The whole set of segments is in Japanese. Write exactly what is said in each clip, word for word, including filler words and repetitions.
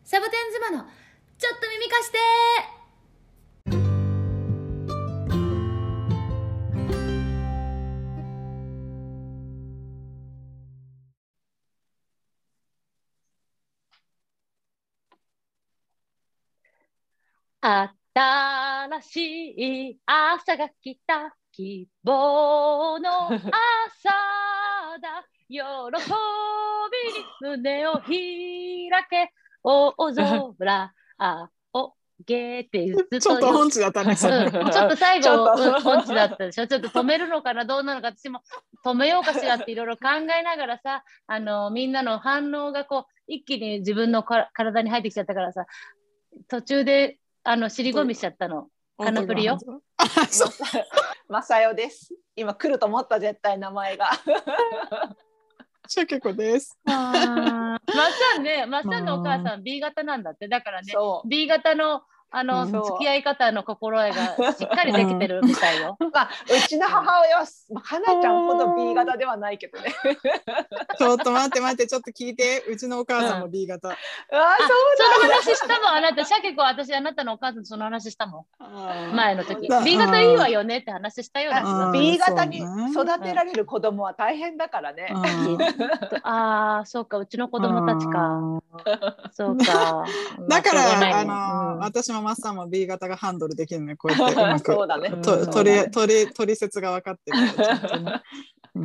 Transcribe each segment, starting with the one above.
サボテン妻のちょっと耳貸して。 新しい朝が来た、希望の朝だ、喜びに胸を開け、大空青げってずっとちょっと音痴だったね、 うん、ちょっと最後音痴だったでしょ。ちょっと止めるのかな、どうなのか、私も止めようかしらっていろいろ考えながらさ、あのみんなの反応がこう一気に自分のか体に入ってきちゃったからさ、途中であの尻込みしちゃったの。カナプリよ。 マサヨです。今来ると思った、絶対名前が。 シャケ子です。 マッサンね、マッサンのお母さん B 型なんだって。だからね、B 型のあの、うん、付き合い方の心得がしっかりできてるみたいよ。 うん、まあ、うちの母親は、まあ、かなちゃんほど B 型ではないけどね。 ちょっと待って待って、ちょっと聞いて、うちのお母さんも B 型。うん、あ、 そうなんだ。その話したもん、あなた。シャケ子、私、あなたのお母さんとその話したもん。前の時。B 型いいわよねって話したような。 B 型に育てられる子供は大変だからね。 ああ、そうか、うちの子供たちか。そうか。 だから、あの、私もマッサンも B 型がハンドルできるね、こうやってうまく。 そうだね。 取り、取り、取説が分かってる。うん、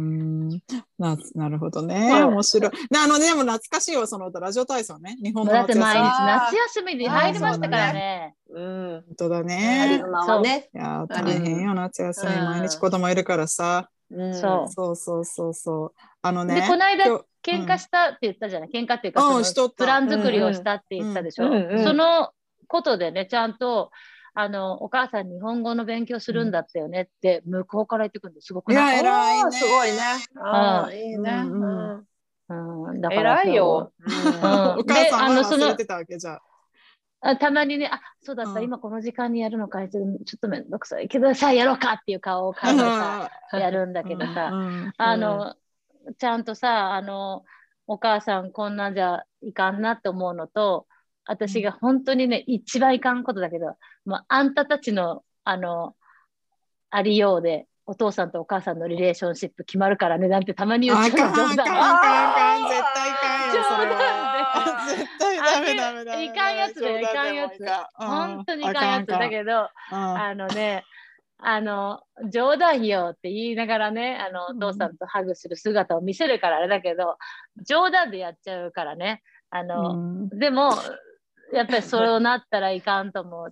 な, なるほどね。面白い。あの、でも懐かしいわ、その歌、ラジオ体操ね。日本のだって毎日夏休みに入りましたからね。 うん、本当だね。 そうね。 いや、大変よ、夏休み、毎日子供いるからさ。そうそうそうそうそう。あのね。 で、この間、喧嘩したって言ったじゃない。喧嘩っていうか、そのプラン作りをしたって言ったでしょ。そのことでね、ちゃんと、あのお母さん日本語の勉強するんだったよねって向こうから言ってくるんですごくない。いや偉いね。 すごいね。 あいいね。 うん、だから偉いよ。 お母さんは忘れてたわけじゃ。 あ、たまにね、あ、そうだった、今この時間にやるのかい、ちょっとめんどくさいけどさ、やろうかっていう顔を変えてさ、やるんだけどさ、あのちゃんとさ、あのお母さんこんなんじゃいかんなって思うのと、私が本当にね、一番いかんことだけど、もうあんたたちの、あの、ありようで、お父さんとお母さんのリレーションシップ決まるからね、なんてたまに言っちゃうの。 あかんあかんあかんあかん、絶対いかんよ、それは。絶対ダメダメダメ。 いかんやつだよ、いかんやつ。本当にいかんやつだけど、あのね、あの、冗談よって言いながらね、あの、お父さんとハグする姿を見せるからあれだけど、冗談でやっちゃうからね。あの、でも、やっぱりそうなったらいかんと思って、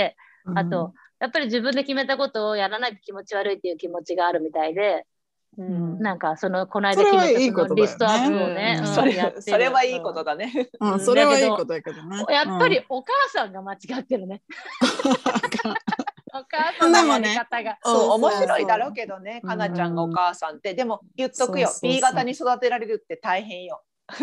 あと、やっぱり自分で決めたことをやらないと気持ち悪いっていう気持ちがあるみたいで、うん、なんかそのこの間決めたそのリストアップをね、 それそれはいいことだね。 うん、それはいいことだけどね。 やっぱりお母さんが間違ってるね。お母さんのやり方が、 面白いだろうけどね、かなちゃんがお母さんって。でも言っとくよ、B 型に育てられるって大変よ。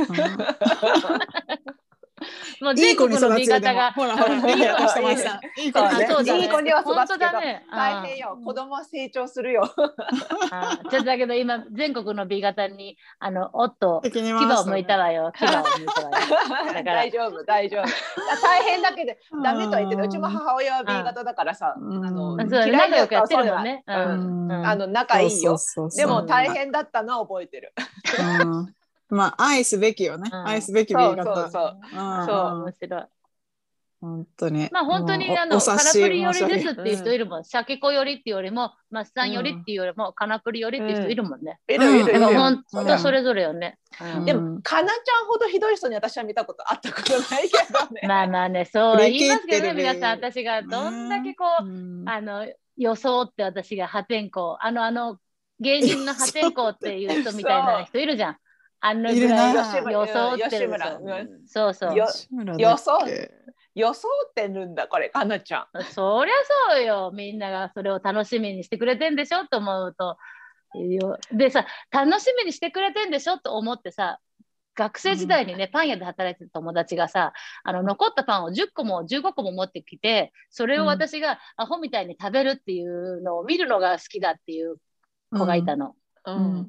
もう全国の B 型がほらほらいい子してました。 いい子には育つけど大変よ。子供は成長するよ。 ちょっとだけど今全国の B 型にあのおっと牙を向いたわよ。牙を向いたわよ。 大丈夫大丈夫。大変だけどダメとは言ってた。うちも母親は B 型だからさ、あの仲良くやってるもんね。 あの仲いいよ。でも大変だったのは覚えてる。 まあ愛すべきよね。愛すべき B 型。 そうそうそう面白い。 本当に。 まあ本当にあのカナプリ寄りですっていう人いるもん。シャケ子寄りっていうよりもマッサン寄りっていうよりもカナプリ寄りっていう人いるもんね。 いるいるいる。 本当それぞれよね。 でもかなちゃんほどひどい人に私は見たことあったことないけどね。 まあまあね、そう言いますけどね、皆さん。私がどんだけこうあの装って私が破天荒、あのあの芸人の破天荒っていう人みたいな人いるじゃん。あのぐらい装ってる。そうそう。 装装ってるんだこれかなちゃん。 そりゃそうよ。みんながそれを楽しみにしてくれてんでしょと思うと。でさ、楽しみにしてくれてんでしょと思ってさ、学生時代にね、パン屋で働いてた友達がさ、あの残ったパンをじゅっこもじゅうごこも持ってきて、それを私がアホみたいに食べるっていうのを見るのが好きだっていう子がいたの。 うんうん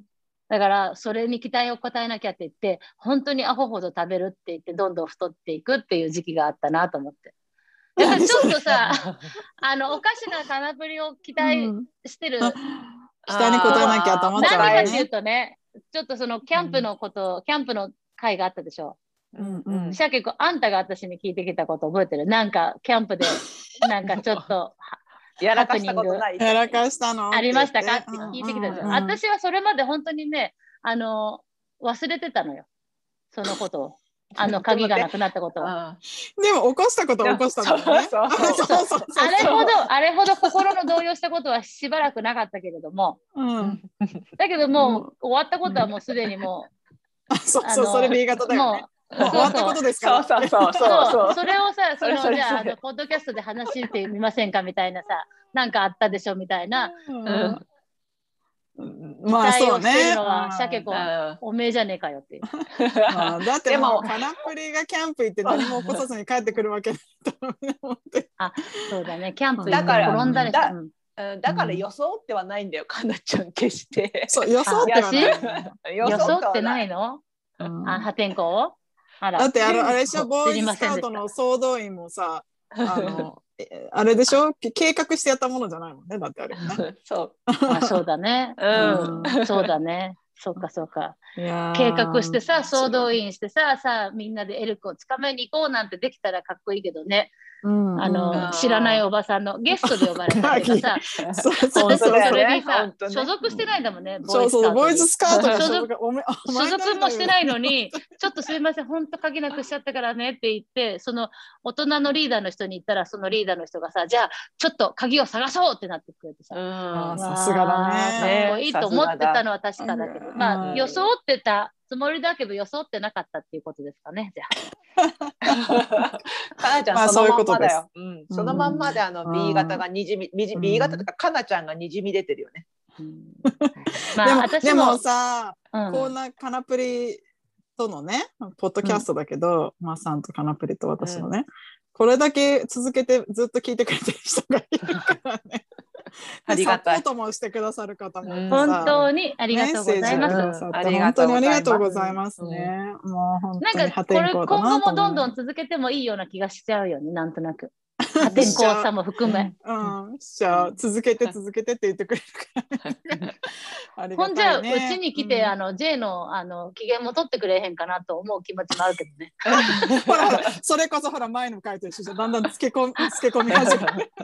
だからそれに期待を応えなきゃって言って本当にアホほど食べるって言ってどんどん太っていくっていう時期があったなと思って。だからちょっとさあのおかしなカナプリを期待してる、うん、 期待に応えなきゃと思っちゃうね。 何かっていうとね、ちょっとそのキャンプのこと、うん、キャンプの会があったでしょ。うんうん、しゃけこあんたが私に聞いてきたこと覚えてる？なんかキャンプでなんかちょっとやらかしたことない？ やらかしたのありましたかって聞いてきたでしょ、うんうん、私はそれまで本当にねあの忘れてたのよ、そのことを。あの鍵がなくなったことは。 でも起こしたことは起こしたのね。 あれほどあれほど心の動揺したことはしばらくなかったけれども、うん、だけどもう、うん、終わったことはもうすでにもうあそうそうそれ B 型だよね。もう終わったことですから。 そうそうそうそうそれをさそのじゃああのポッドキャストで話してみませんかみたいなさなんかあったでしょみたいな。うんまあそうね。してるのはシャケ子おめえじゃねえかよっていう。 まあ、だってもうカナプリがキャンプ行って何も起こさずに帰ってくるわけないと思って。 あ、そうだね。キャンプ行って転んだりだ、うん、だから装ってはないんだよ、かなちゃん決して。 そう装ってはない。 装ってないの？うん、あ破天荒？あら。 だってあのあれでしょ、ボーイズスカウトの総動員もさ、あの。あれでしょ、計画してやったものじゃないもんね、だってあれね。 そうあそうだね、うん、そうだね、そうかそうか。計画してさ総動員してささみんなでエルクをつかめに行こうなんてできたらかっこいいけどね。うん、あの知らないおばさんのゲストで呼ばれたっていうかさそうそうそう、それにさ、ね、所属してないんだもんね、 ボーイズスカート。そうそうボーイズスカート所属所属もしてないのにちょっとすいません本当鍵なくしちゃったからねって言ってその大人のリーダーの人に言ったらそのリーダーの人がさじゃあちょっと鍵を探そうってなってくれてさ、 さすがだね。 かっこいいと思ってたのは確かだけど、まあ装ってたつもりだけど装ってなかったっていうことですかね、じゃあ。かなちゃんそのまんまだよ。うん、そのまんまであの B 型がにじみ、うん、B 型とかかなちゃんがにじみ出てるよね。うん、 まあ、でも私もでもさ、うん、こんなカナプリとのねポッドキャストだけど、うん、マーさんとカナプリと私のね、うん、これだけ続けてずっと聞いてくれてる人がいるからね。ありがたい。サポートもしてくださる方もいてさ、 本当にありがとうございます。 本当にありがとうございますね。うん、もう本当に破天荒だなと思う。 なんかこれ今後もどんどん続けてもいいような気がしちゃうよね、なんとなく。破天荒さも含め。 うん、じゃあ続けて続けてって言ってくれるから。ありがたいね。 ほんじゃうちに来て、うん、あの J のあの機嫌も取ってくれへんかなと思う気持ちもあるけどね。 ほらほらそれこそほら前の回と一緒じゃだんだんつけ込みつけ込み始める。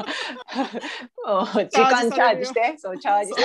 時間チャージしてそうチャージして。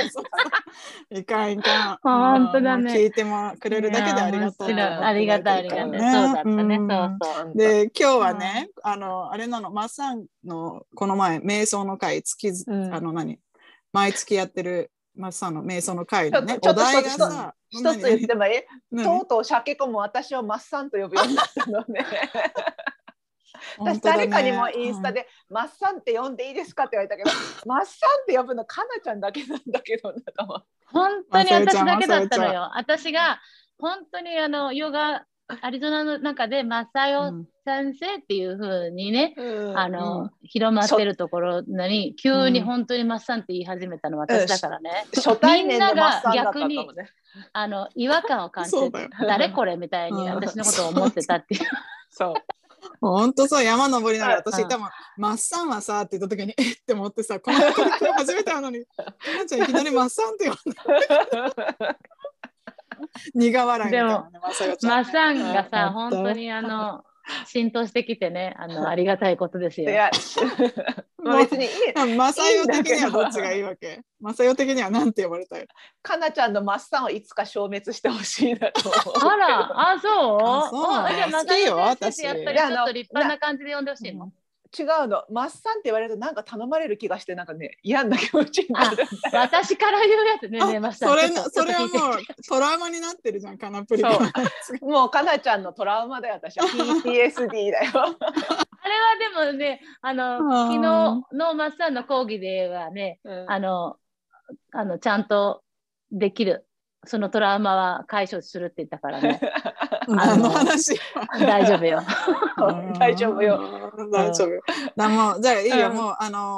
いかんいかん。 本当だね。 聞いてもくれるだけでありがとう。 ありがたいありがたい。そうだったね。そうそう。 で今日はねあのあれなのマッサンのこの前瞑想の会月、うん、あの何毎月やってるマッサンの瞑想の会のねお題がさ一つ言ってもいい？とうとうシャケ子も私をマッサンと呼ぶようになったのね。私誰かにもインスタで、うん、マッサンって呼んでいいですかって言われたけどマッサンって呼ぶのかなちゃんだけなんだけどなと。 本当に私だけだったのよ。私が本当にあのヨガアリゾナの中でマッサヨ先生っていう風にね、うん、あの、うん、広まってるところなに急に本当にマッサンって言い始めたのは私だからね、 うん、初対面のマッサンだったのね。みんなが逆にあの違和感を感じて誰これみたいに私のことを思ってたっていう。 そう本当そう山登りながら私多分マッサンはさって言った時にえって思ってさこの人初めてなのにかなちゃんいきなりマッサンって呼んだ。苦笑いみたいな、ね、 でもマッサンがさ本当にあの浸透してきてねあのありがたいことですよ。いや別にいいマサヨ的にはどっちがいいわけ？マサヨ的にはなんて呼ばれたい？ かなちゃんのマッサンをいつか消滅してほしいなと。 あらあそうあそうじゃあマサヨ先生やったりちょっと立派な感じで呼んでほしいの？ 違うのマッサンって言われるとなんか頼まれる気がしてなんかね嫌な気持ちになるんだよ。 私から言うやつねねマッサン。 それそれはもうトラウマになってるじゃんカナプリ。 もうかなちゃんのトラウマだよ私は ピーティーエスディー だよ。あれはでもねあの昨日のマッサンの講義ではね、うん、あのあのちゃんとできるそのトラウマは解消するって言ったからね。 あの話大丈夫よ。 大丈夫よ。 大丈夫よ。だもうじゃあいいよ、うん、もうあの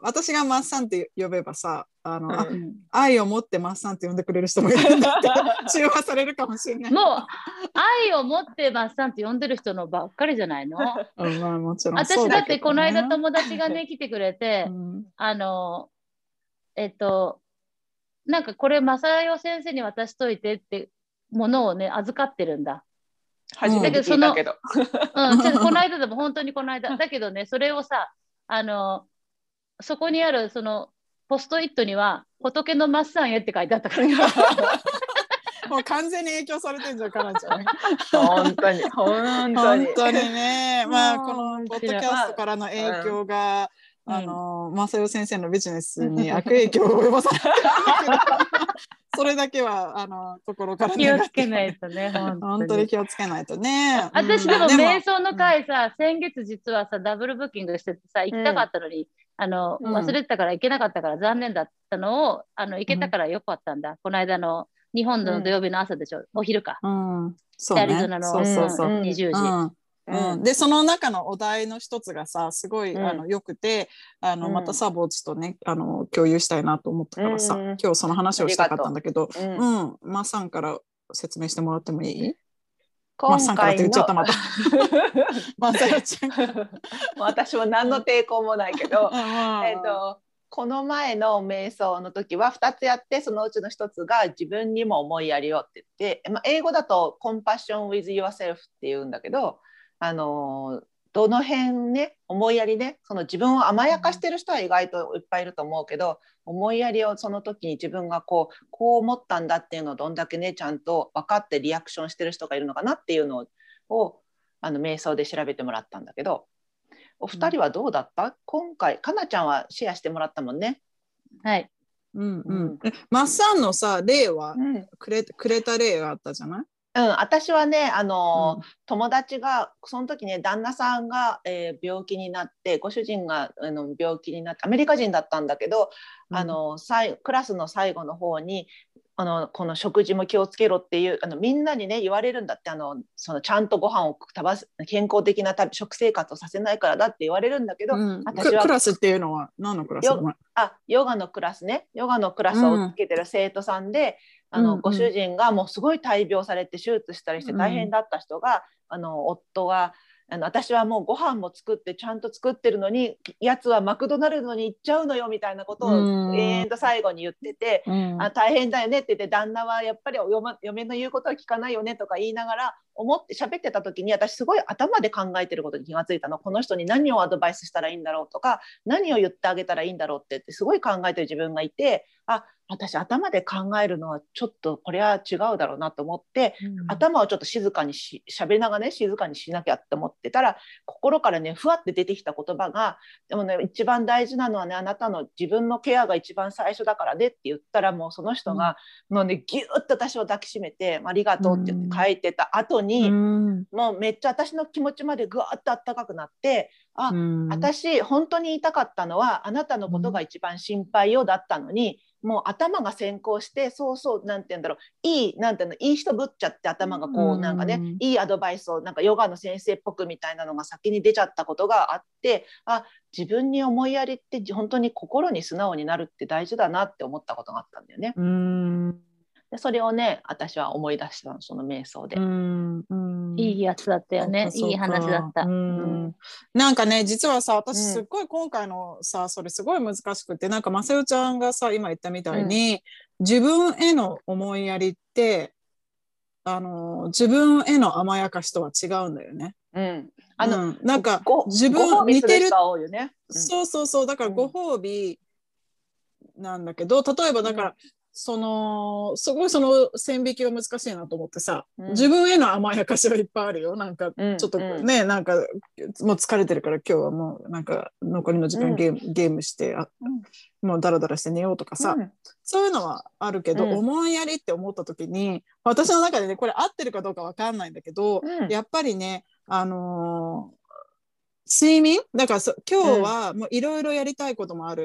私がマッサンって呼べばさ、あの、 うん、 あ愛を持ってマッサンって呼んでくれる人もいるんだって中和されるかもしれない。 もう愛を持ってマッサンって呼んでる人のばっかりじゃないの？ うん、まあ、もちろん私だってこの間友達がね来てくれて、 うん、 あのえっとなんかこれ正代先生に渡しといてってものをね預かってるんだ。 初めて聞いたけど。 うん、ちょっとこの間でも本当にこの間だけどね、それをさ、あのそこにあるそのポストイットには仏のマッサンへって書いてあったからもう完全に影響されてんじゃん、かなちゃんね。 本当に本当に本当にね、まあこのポッドキャストからの影響が、うん、あの正代先生のビジネスに悪影響を及ぼされてるけどそれだけはあの心から気をつけないとね。 本当に、本当に気をつけないとね。 私でも瞑想の会さ、うん、先月実はさダブルブッキングしててさ行きたかったのに、うん、あの忘れてたから行けなかったから残念だったのをあの行けたからよかったんだ、うん、この間の日本の土曜日の朝でしょ、うん、お昼か、 うん、そうね、 アリゾナのそうそうそう、 にじゅうじ、 うんうん、でその中のお題の一つがさすごい、うん、あのよくてあの、うん、またサボーチとねあの共有したいなと思ったからさ、うん、今日その話をしたかったんだけど、うんうん、マッサンから説明してもらってもいい？マッサンからって言っちゃったまたマッサンちゃん私も何の抵抗もないけど、えっとこの前の瞑想の時はふたつやってそのうちのひとつが自分にも思いやりをって言って、まあ、英語だと Compassion with yourself って言うんだけど、あのどの辺ね思いやりね、その自分を甘やかしてる人は意外といっぱいいると思うけど、思いやりをその時に自分がこうこう思ったんだっていうのをどんだけねちゃんと分かってリアクションしてる人がいるのかなっていうのをあの瞑想で調べてもらったんだけど、お二人はどうだった？うん、今回かなちゃんはシェアしてもらったもんね。 はい、 うんうん、マッサンのさ例はくれ、うん、くれた例があったじゃない？ うん、私はねあの、うん、友達がその時ね旦那さんが、えー、病気になってご主人があの病気になってアメリカ人だったんだけど、うん、あのクラスの最後の方にあのこの食事も気をつけろっていうあのみんなにね言われるんだって、あのそのちゃんとご飯を食べ健康的な食生活をさせないからだって言われるんだけど、うん、 私はクラスっていうのは何のクラス？ ヨあヨガのクラスね、ヨガのクラスをつけてる生徒さんで、うん、あのご主人がもうすごい大病されて手術したりして大変だった人が、うん、あの夫があの私はもうご飯も作ってちゃんと作ってるのにやつはマクドナルドに行っちゃうのよみたいなことを延々と最後に言ってて、うん、あ大変だよねって言って、旦那はやっぱり嫁の言うことは聞かないよねとか言いながら思って喋ってた時に、私すごい頭で考えてることに気がついたの。この人に何をアドバイスしたらいいんだろうとか何を言ってあげたらいいんだろうってってすごい考えてる自分がいて、あ私頭で考えるのはちょっとこれは違うだろうなと思って、うん、頭をちょっと静かにし喋りながらね静かにしなきゃって思ってたら、心からねふわって出てきた言葉が、でもね一番大事なのはねあなたの自分のケアが一番最初だからねって言ったら、もうその人が、うん、もうねギューッと私を抱きしめてありがとうって言って書いてた後に、うん、もうめっちゃ私の気持ちまでぐわっとあったかくなって、あ、うん、私本当に言いたかったのはあなたのことが一番心配よだったのに、もう頭が先行してそうそうなんて言うんだろう、いいなんていうのいい人ぶっちゃって頭がこうなんかね、うん、いいアドバイスをなんかヨガの先生っぽくみたいなのが先に出ちゃったことがあって、あ自分に思いやりって本当に心に素直になるって大事だなって思ったことがあったんだよね。うんでそれをね私は思い出したの、その瞑想で。 うんうんいいやつだったよね。いい話だった。うん、 なんかね実はさ私すっごい今回のさ、うん、それすごい難しくて、なんかまさよちゃんがさ今言ったみたいに、うん、自分への思いやりってあの自分への甘やかしとは違うんだよね。うん、あの、うん、なんか自分似てる、 ねうん、そうそうそうだからご褒美なんだけど、例えばだから、うんそのすごいその線引きは難しいなと思ってさ、うん、自分への甘やかしはいっぱいあるよ。なんかちょっとね、うん、なんかもう疲れてるから今日はもうなんか残りの時間ゲーム、うん、ゲームしてあ、うん、もうダラダラして寝ようとかさ、うん、そういうのはあるけど、うん、思いやりって思った時に私の中でねこれ合ってるかどうかわかんないんだけど、うん、やっぱりねあのー、睡眠だから今日はもういろいろやりたいこともある。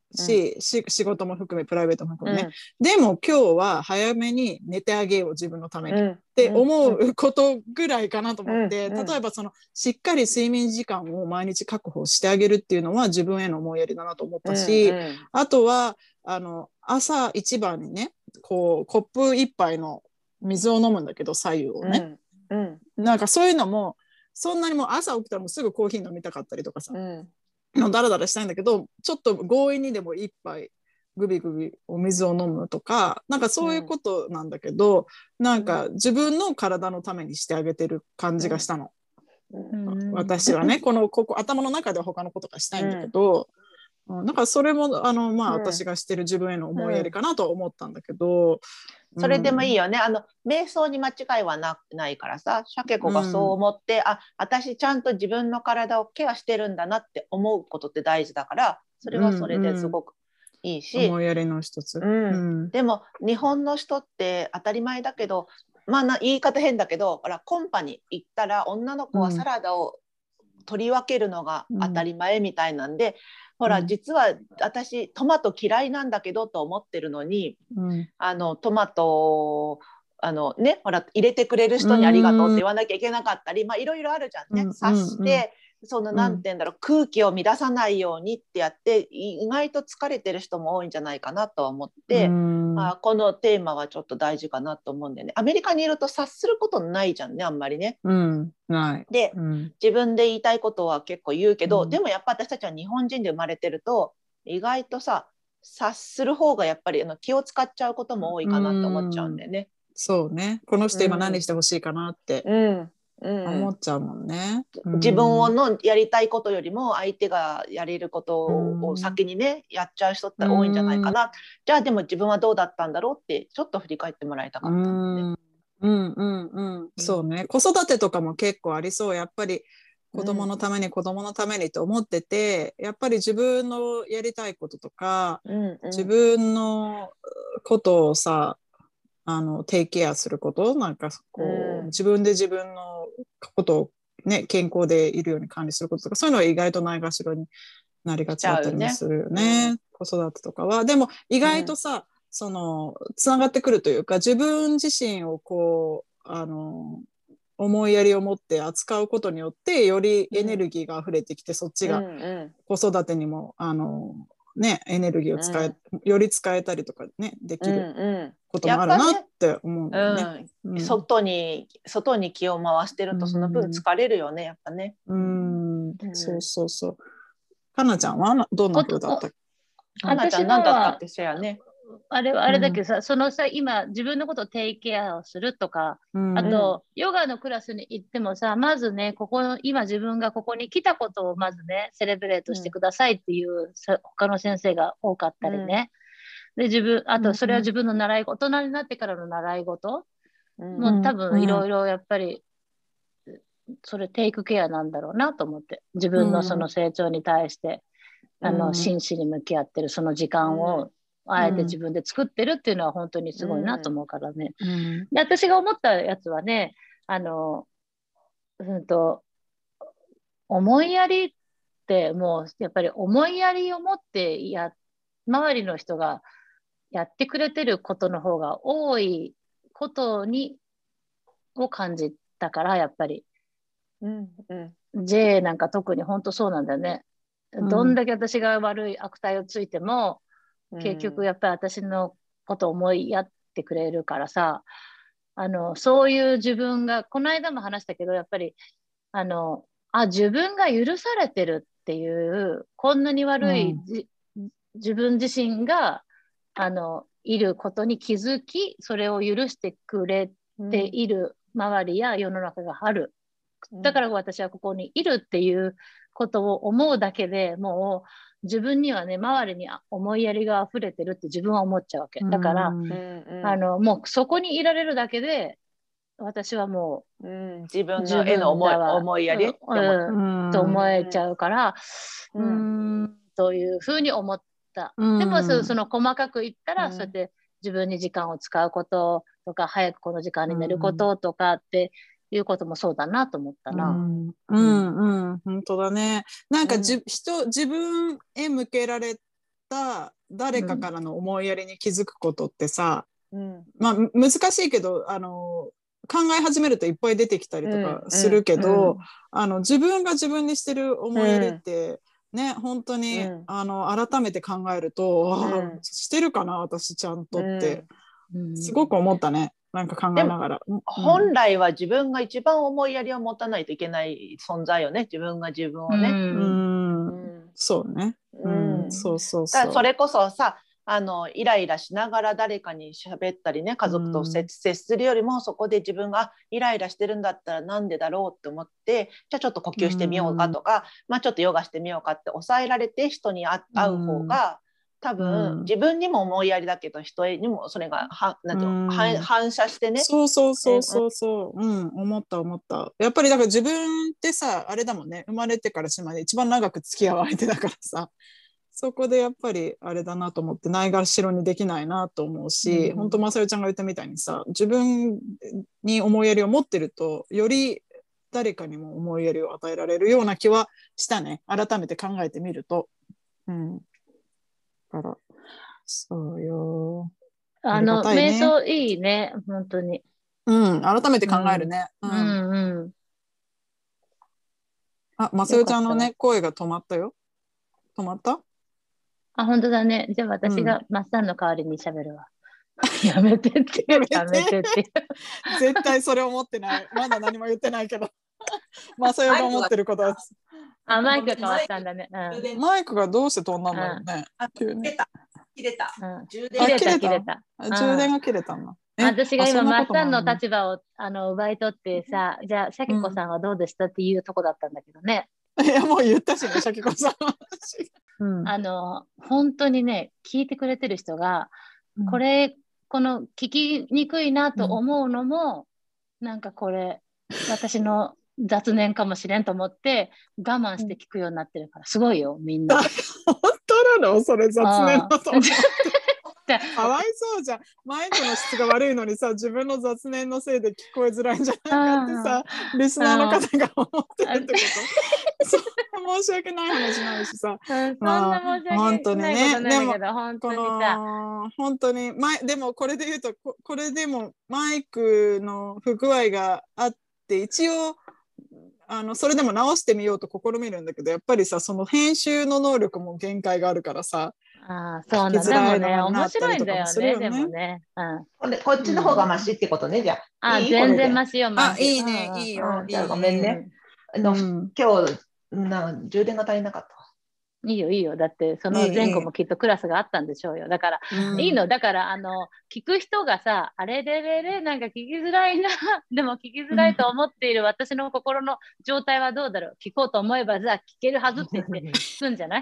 し、うん、し仕事も含めプライベートも含めね、うん、でも今日は早めに寝てあげよう自分のために、うん、って思うことぐらいかなと思って、うん、例えばそのしっかり睡眠時間を毎日確保してあげるっていうのは自分への思いやりだなと思ったし、うんうん、あとはあの朝一番にねこうコップ一杯の水を飲むんだけど左右をね、うんうん、なんかそういうのもそんなにもう朝起きたらもうすぐコーヒー飲みたかったりとかさ、うんだらだらしたいんだけどちょっと強引にでも一杯グビグビお水を飲むとかなんかそういうことなんだけど、うん、なんか自分の体のためにしてあげてる感じがしたの、うん、私はねこのここ頭の中では他のことがしたいんだけど、うん、なんかそれもあの、まあ、私がしてる自分への思いやりかなと思ったんだけど、 それでもいいよね。あの瞑想に間違いは な, ないからさ、シャケ子がそう思って、うん、あ、私ちゃんと自分の体をケアしてるんだなって思うことって大事だから、それはそれですごくいいし、うんうん、 思いやりの一つ、 うんうん、でも日本の人って当たり前だけど、まあな言い方変だけど、ほらコンパに行ったら女の子はサラダを取り分けるのが当たり前みたいなんで、うんほら、うん、実は私トマト嫌いなんだけどと思ってるのに、うん、あのトマトをあの、ね、ほら入れてくれる人にありがとうって言わなきゃいけなかったり、まあいろいろあるじゃんね、うん、察して、うん、そのなんて言うんだろう、空気を乱さないようにってやって意外と疲れてる人も多いんじゃないかなと思って、うんまあ、このテーマはちょっと大事かなと思うんでね。アメリカにいると察することないじゃんね、あんまりね、 うん、ないで、うん、自分で言いたいことは結構言うけど、うん、でもやっぱ私たちは日本人で生まれてると意外とさ察する方がやっぱりあの気を使っちゃうことも多いかなって思っちゃうんだよね、うん、 そうね、この人今何してほしいかなって思っちゃうもんね、 うんうん、自分のやりたいことよりも相手がやれることを先にね、やっちゃう人って多いんじゃないかな、うん、じゃあでも自分はどうだったんだろうってちょっと振り返ってもらいたかったんでね、 うんうんうん、そうね、子育てとかも結構ありそう。やっぱり子供のために、うん、子供のためにと思ってて、やっぱり自分のやりたいこととか、うんうん、自分のことをさあのテイクケアすることなんかこう、うん、自分で自分のことを、ね、健康でいるように管理することとかそういうのは意外とないがしろになりがちだったりもするよね、うん、子育てとかは。でも意外とさ、うんそのつながってくるというか自分自身をこうあの思いやりを持って扱うことによってよりエネルギーが溢れてきて、うん、そっちが子育てにもあの、ね、エネルギーを使え、うん、より使えたりとか、ね、できることもあるなって思うんだよね。 うんうん、外に外に気を回してるとその分疲れるよね、やっぱね。 うん、うん、そうそうそう。かなちゃんはどんな風だったっけ？ かなちゃん何だったっけシェアね。 あれはあれだけどさ、うん、そのさ今自分のことをテイクケアをするとか、うん、あとヨガのクラスに行ってもさまずねここの今自分がここに来たことをまずねセレブレートしてくださいっていう、うん、他の先生が多かったりね、うん、で自分あとそれは自分の習い事、大人になってからの習い事、うん、もう多分いろいろやっぱりそれテイクケアなんだろうなと思って自分のその成長に対して、うん、あの真摯に向き合ってるその時間を、うんあえて自分で作ってるっていうのは本当にすごいなと思うからね、うん、で私が思ったやつはねあの、うんと、思いやりってもうやっぱり思いやりを持ってや周りの人がやってくれてることの方が多いことにを感じたからやっぱり、うんうん、J なんか特に本当そうなんだよね、うん、どんだけ私が悪い悪態をついても結局やっぱり私のことを思いやってくれるからさ、あのそういう自分がこの間も話したけどやっぱりあのあ自分が許されてるっていうこんなに悪い、うん、自分自身があのいることに気づきそれを許してくれている周りや世の中がある、うん、だから私はここにいるっていうことを思うだけでもう自分にはね周りに思いやりが溢れてるって自分は思っちゃうわけだから、うんうん、あのもうそこにいられるだけで私はもう、うん、 自分の絵の思い、思いやり、うんうん、と思えちゃうから、うん、うんというふうに思った、うん、でもその細かく言ったら、うん、そうやって自分に時間を使うこととか早くこの時間に寝ることとかっていうこともそうだなと思ったな。 うんうんうん、本当だね。なんかじ、うん、人自分へ向けられた誰かからの思いやりに気づくことってさ、 うん、 まあ難しいけど、あの考え始めるといっぱい出てきたりとかするけど、うんうん、あの自分が自分にしてる思いやりって、うん、ね、本当に、うん、あの改めて考えると、うん、してるかな私ちゃんとって、うん、すごく思ったね。なんか考えながら、うん、 本来は自分が一番思いやりを持たないといけない存在よね、自分が自分をね。 うん、うん、そうね、うん、うん、そうそうそう。 だからそれこそさ、あのイライラしながら誰かに喋ったりね、家族と接するよりも、うん、そこで自分がイライラしてるんだったらなんでだろうって思って、じゃあちょっと呼吸してみようかとか、うん、まあ、ちょっとヨガしてみようかって抑えられて人に会う方が、多分、うん、自分にも思いやりだけど人にもそれがはなんていうの、うん、反射してね。 そうそうそうそうそう、うん、思った思った。やっぱりだから自分ってさ、あれだもんね、生まれてから死ぬまで一番長く付き合う相手だからさ、そこでやっぱりあれだなと思ってないがしろにできないなと思うし、うん、本当まさよちゃんが言ったみたいにさ、自分に思いやりを持ってるとより誰かにも思いやりを与えられるような気はしたね、改めて考えてみると。うん、から、そうよ。 あの、あね、瞑想いいね、本当に。 うん、改めて考えるね。 うん、うんうん、 あ、まさよちゃんのね、声が止まったよ。止まった？ あ、本当だね。じゃあ私がマッサンの代わりに喋るわ。うん、やめてって。やめてって。 絶対それ思ってない。まだ何も言ってないけど。まさよが思ってることは。 あ、マイクが変わったんだね。 うん、マイクがどうして飛んだんだろうね。 あ、切れた。切れた。 うん、充電切れた。切れた。 充電が切れたんだ。 私が今、マッサンの立場をあの奪い取ってさ、じゃあ、シャキコさんはどうでしたっていうとこだったんだけどね。 いや、もう言ったしね、シャキコさん。 うん、あの、本当にね、聞いてくれてる人が、うん、これ、この聞きにくいなと思うのも、うん、なんかこれ、私の雑念かもしれんと思って我慢して聞くようになってるから、すごいよ、みんな。 本当なの？それ雑念だと思って。かわいそうじゃん。マイクの質が悪いのにさ、自分の雑念のせいで聞こえづらいんじゃないかってさ、リスナーの方が思ってるってこと？申し訳ない話ないしさ。 そんな申し訳ないことないけど、でも本当にさ、 本当に前でもこれで言うとこ、これでもマイクの不具合があって一応あのそれでも直してみようと試みるんだけど、やっぱりさその編集の能力も限界があるからさ。 ああ、そうなんだ。でもね、面白いんだよね、でもね。 うん、こっちの方がマシってことね、じゃあ。あ、全然マシよ、 マシ。あ、いいね、いいよ。 じゃあごめんね。今日な充電が足りなかった。 いいよいいよ。だってその前後もきっとクラスがあったんでしょうよ。だから、うん、いいの。だからあの聞く人がさ、あれれれれなんか聞きづらいなでも聞きづらいと思っている私の心の状態はどうだろう、聞こうと思えばじゃあ聞けるはずって言って聞くんじゃない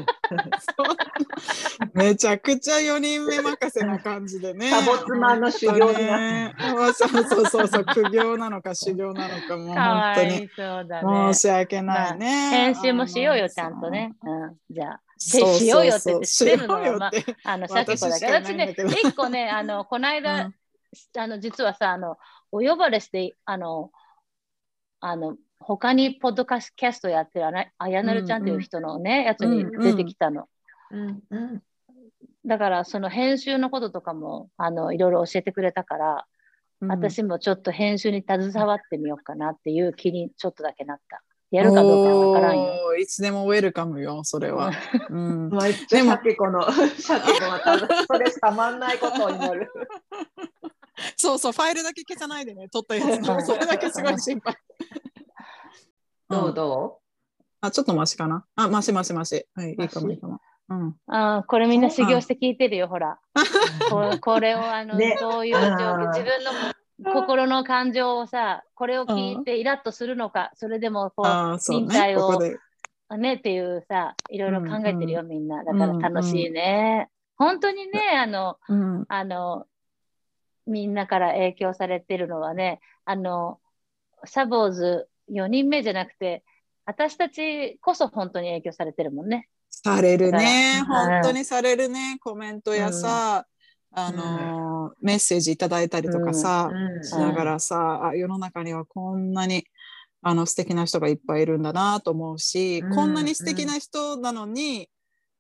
めちゃくちゃよにんめ任せな感じでね。 サボ妻の修行になって、 ね、そうそうそうそう、苦行なのか修行なのかもう本当にそうだ、ね、 申し訳ないね、 まあ、編集もしようよちゃんとね、うん、じゃあしようよって言ってしてるのは、まあ、あのシャキコだけど、私ね一個ねあのこの間、うん、あの実はさあのお呼ばれしてあのあの他にポッドキャストやってるあやなるちゃんという人のね、うん、やつに出てきたの、 うんうん、 だからその編集のこととかもあのいろいろ教えてくれたから、うん、私もちょっと編集に携わってみようかなっていう気にちょっとだけなった。やるかどうかわからんよ。 いつでもウェルカムよ、それは。うん、 めっちゃシャケ子の、シャケ子がストレスたまんないことになる。 そうそう、ファイルだけ消さないでね、撮ったやつの。それだけすごい心配。 どうどう、あ、ちょっとマシかな。あ、マシマシマシ。はい、いいかもいいかも。うん、 あ、これみんな修行して聞いてるよ、ほら。こ, これをあの、ね、そういう状況、自分の心の感情をさ、これを聞いてイラッとするのか、それでもこう忍耐を ね, ねっていうさ、いろいろ考えてるよ、うんうん、みんな。だから楽しいね。うんうん、本当にね、あの、うん、あのみんなから影響されてるのはね、あのサボーズよにんめじゃなくて、私たちこそ本当に影響されてるもんね。 されるね、本当にされるね。コメントやさ、うん、あのーうん、メッセージいただいたりとかさ、うん、しながらさ、あ、世の中にはこんなにあの素敵な人がいっぱいいるんだなと思うし、うん、こんなに素敵な人なのに、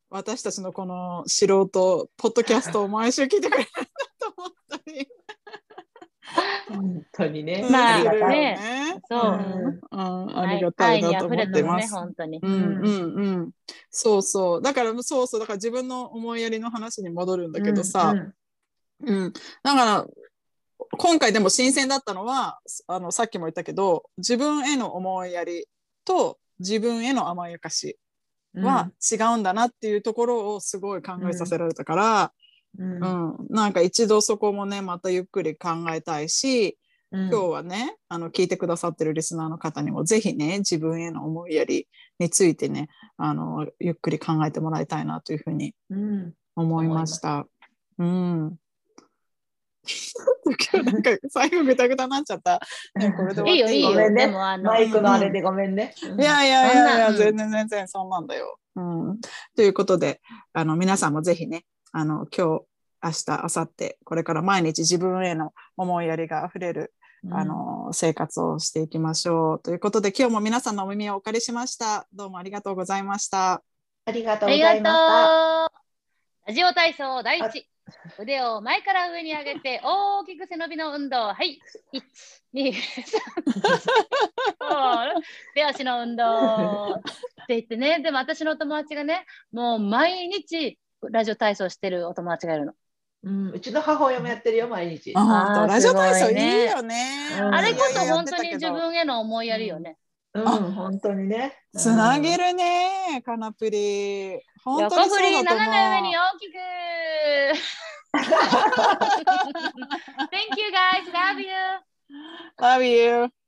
私たちのこの素人ポッドキャストを毎週聞いてくれると思ったり本当にね。 まあするよね、そう、 うんうん、ありがたいなと思ってます。 ね、本当に。 うんうんうん。そうそう。だからそうそうだから自分の思いやりの話に戻るんだけどさ、うん、うん、だから今回でも新鮮だったのはあのさっきも言ったけど自分への思いやりと自分への甘やかしは違うんだなっていうところをすごい考えさせられたから、うんうん、なんか一度そこもねまたゆっくり考えたいし、うん、今日はねあの聞いてくださってるリスナーの方にもぜひね自分への思いやりについてねあのゆっくり考えてもらいたいなというふうに思いました。うん、うん今日なんか最後グタグタになっちゃった。ね、これで終わっていいよ。 いいよ、いいよ。 でもあのマイクのあれでごめんね。 うん、いやいやいやいや、うん、全然全然そんなんだよ。うん、ということであの皆さんもぜひねあの今日明日明後日これから毎日自分への思いやりがあふれる、うん、あの生活をしていきましょうということで今日も皆さんのお耳をお借りしました。どうもありがとうございました。 ありがとうございました。 ラジオ体操第一。腕を前から上に上げて大きく背伸びの運動。はい。いち、に、さん。手足の運動。って言ってね。でも私のお友達がね、もう毎日ラジオ体操してるお友達がいるの。 うん、うちの母親もやってるよ、毎日。 ああ、ラジオ体操いいよね。 あれこそ本当に自分への思いやりよね。 うん、うん、本当にね。 つなげるね、カナプリ。 本当にそうだと思う。横振り、斜め上に大きく。Thank you guys. Love you. Love you.